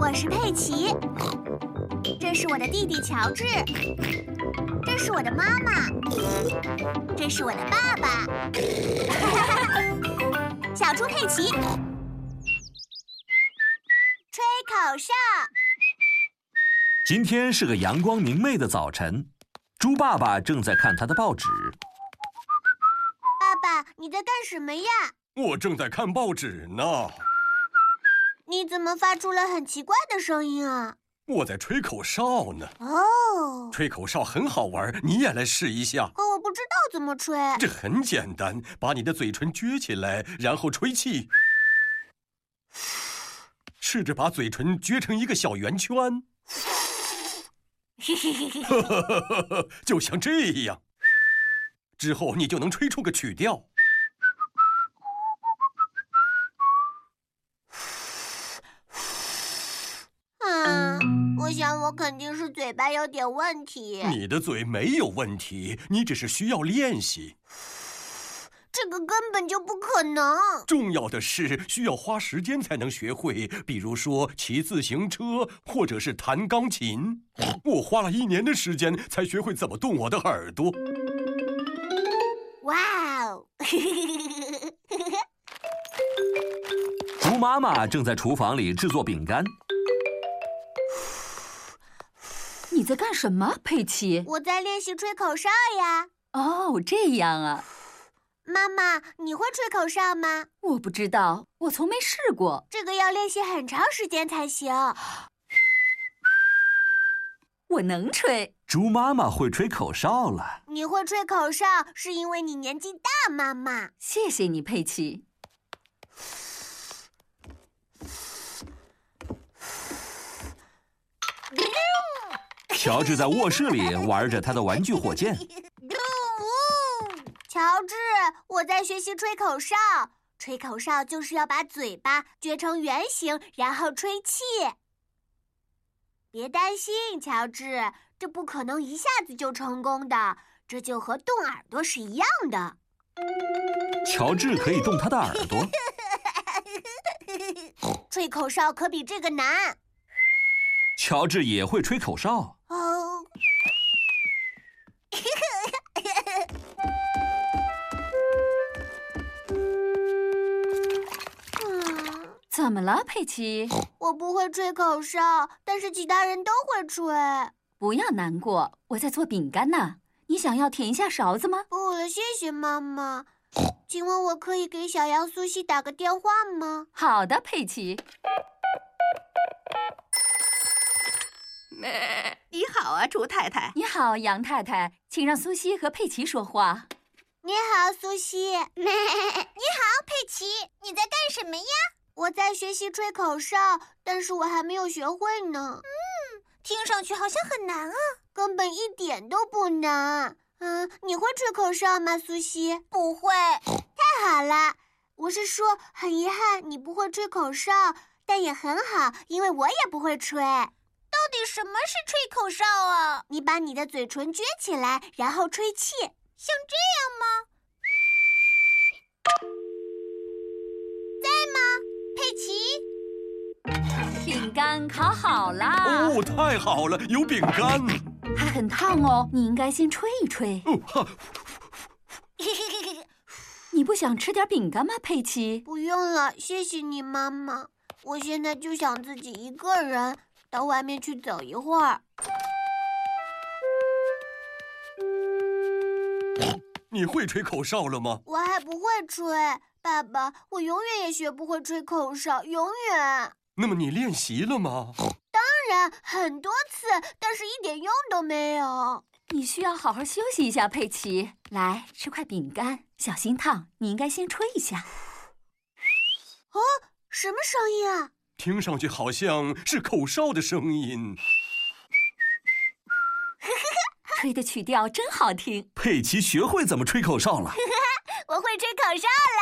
我是佩奇，这是我的弟弟乔治，这是我的妈妈，这是我的爸爸。小猪佩奇，吹口哨。 今天是个阳光明媚的早晨，猪爸爸正在看他的报纸。 爸爸，你在干什么呀？ 我正在看报纸呢。 你怎么发出了很奇怪的声音啊？ 我在吹口哨呢。 哦， 吹口哨很好玩，你也来试一下。 可我不知道怎么吹。 这很简单，把你的嘴唇撅起来，然后吹气。试着把嘴唇撅成一个小圆圈。就像这样。之后你就能吹出个曲调。 我想我肯定是嘴巴有点问题。 你的嘴没有问题，你只是需要练习。 这个根本就不可能。 重要的是需要花时间才能学会，比如说骑自行车，或者是弹钢琴。我花了1年的时间才学会怎么动我的耳朵。 哇哦！ 猪妈妈正在厨房里制作饼干。 你在干什么，佩奇？ 我在练习吹口哨呀。 哦，这样啊。 妈妈，你会吹口哨吗？ 我不知道，我从没试过。 这个要练习很长时间才行。 我能吹。 猪妈妈会吹口哨了。 你会吹口哨是因为你年纪大，妈妈。 谢谢你，佩奇。 乔治在卧室里玩着他的玩具火箭。 乔治，我在学习吹口哨。吹口哨就是要把嘴巴撅成圆形，然后吹气。别担心，乔治，这不可能一下子就成功的，这就和动耳朵是一样的。 乔治可以动他的耳朵。 吹口哨可比这个难。 乔治也会吹口哨。 哦。 怎么了，佩奇？ 我不会吹口哨，但是其他人都会吹。 不要难过，我在做饼干呢。你想要舔一下勺子吗？ 不了，谢谢妈妈。请问我可以给小羊苏西打个电话吗？ 好的，佩奇。 你好啊，猪太太。 你好，羊太太，请让苏西和佩奇说话。 你好，苏西。你好，佩奇。你在干什么呀？我在学习吹口哨，但是我还没有学会呢。听上去好像很难啊。根本一点都不难。你会吹口哨吗，苏西？不会。太好了。我是说，很遗憾你不会吹口哨，但也很好，因为我也不会吹。到底什么是吹口哨啊？你把你的嘴唇撅起来，然后吹气，像这样吗？在吗，佩奇？ 饼干烤好啦！ 哦，太好了，有饼干。 还很烫哦，你应该先吹一吹。你不想吃点饼干吗，佩奇？ 不用了，谢谢你，妈妈。我现在就想自己一个人到外面去走一会儿。 你会吹口哨了吗？ 我还不会吹，爸爸，我永远也学不会吹口哨，永远。 那么你练习了吗？ 当然，很多次，但是一点用都没有。 你需要好好休息一下，佩奇。来，吃块饼干，小心烫。你应该先吹一下。 哦，什么声音啊？ 听上去好像是口哨的声音。 吹的曲调真好听。 佩奇学会怎么吹口哨了。 我会吹口哨了。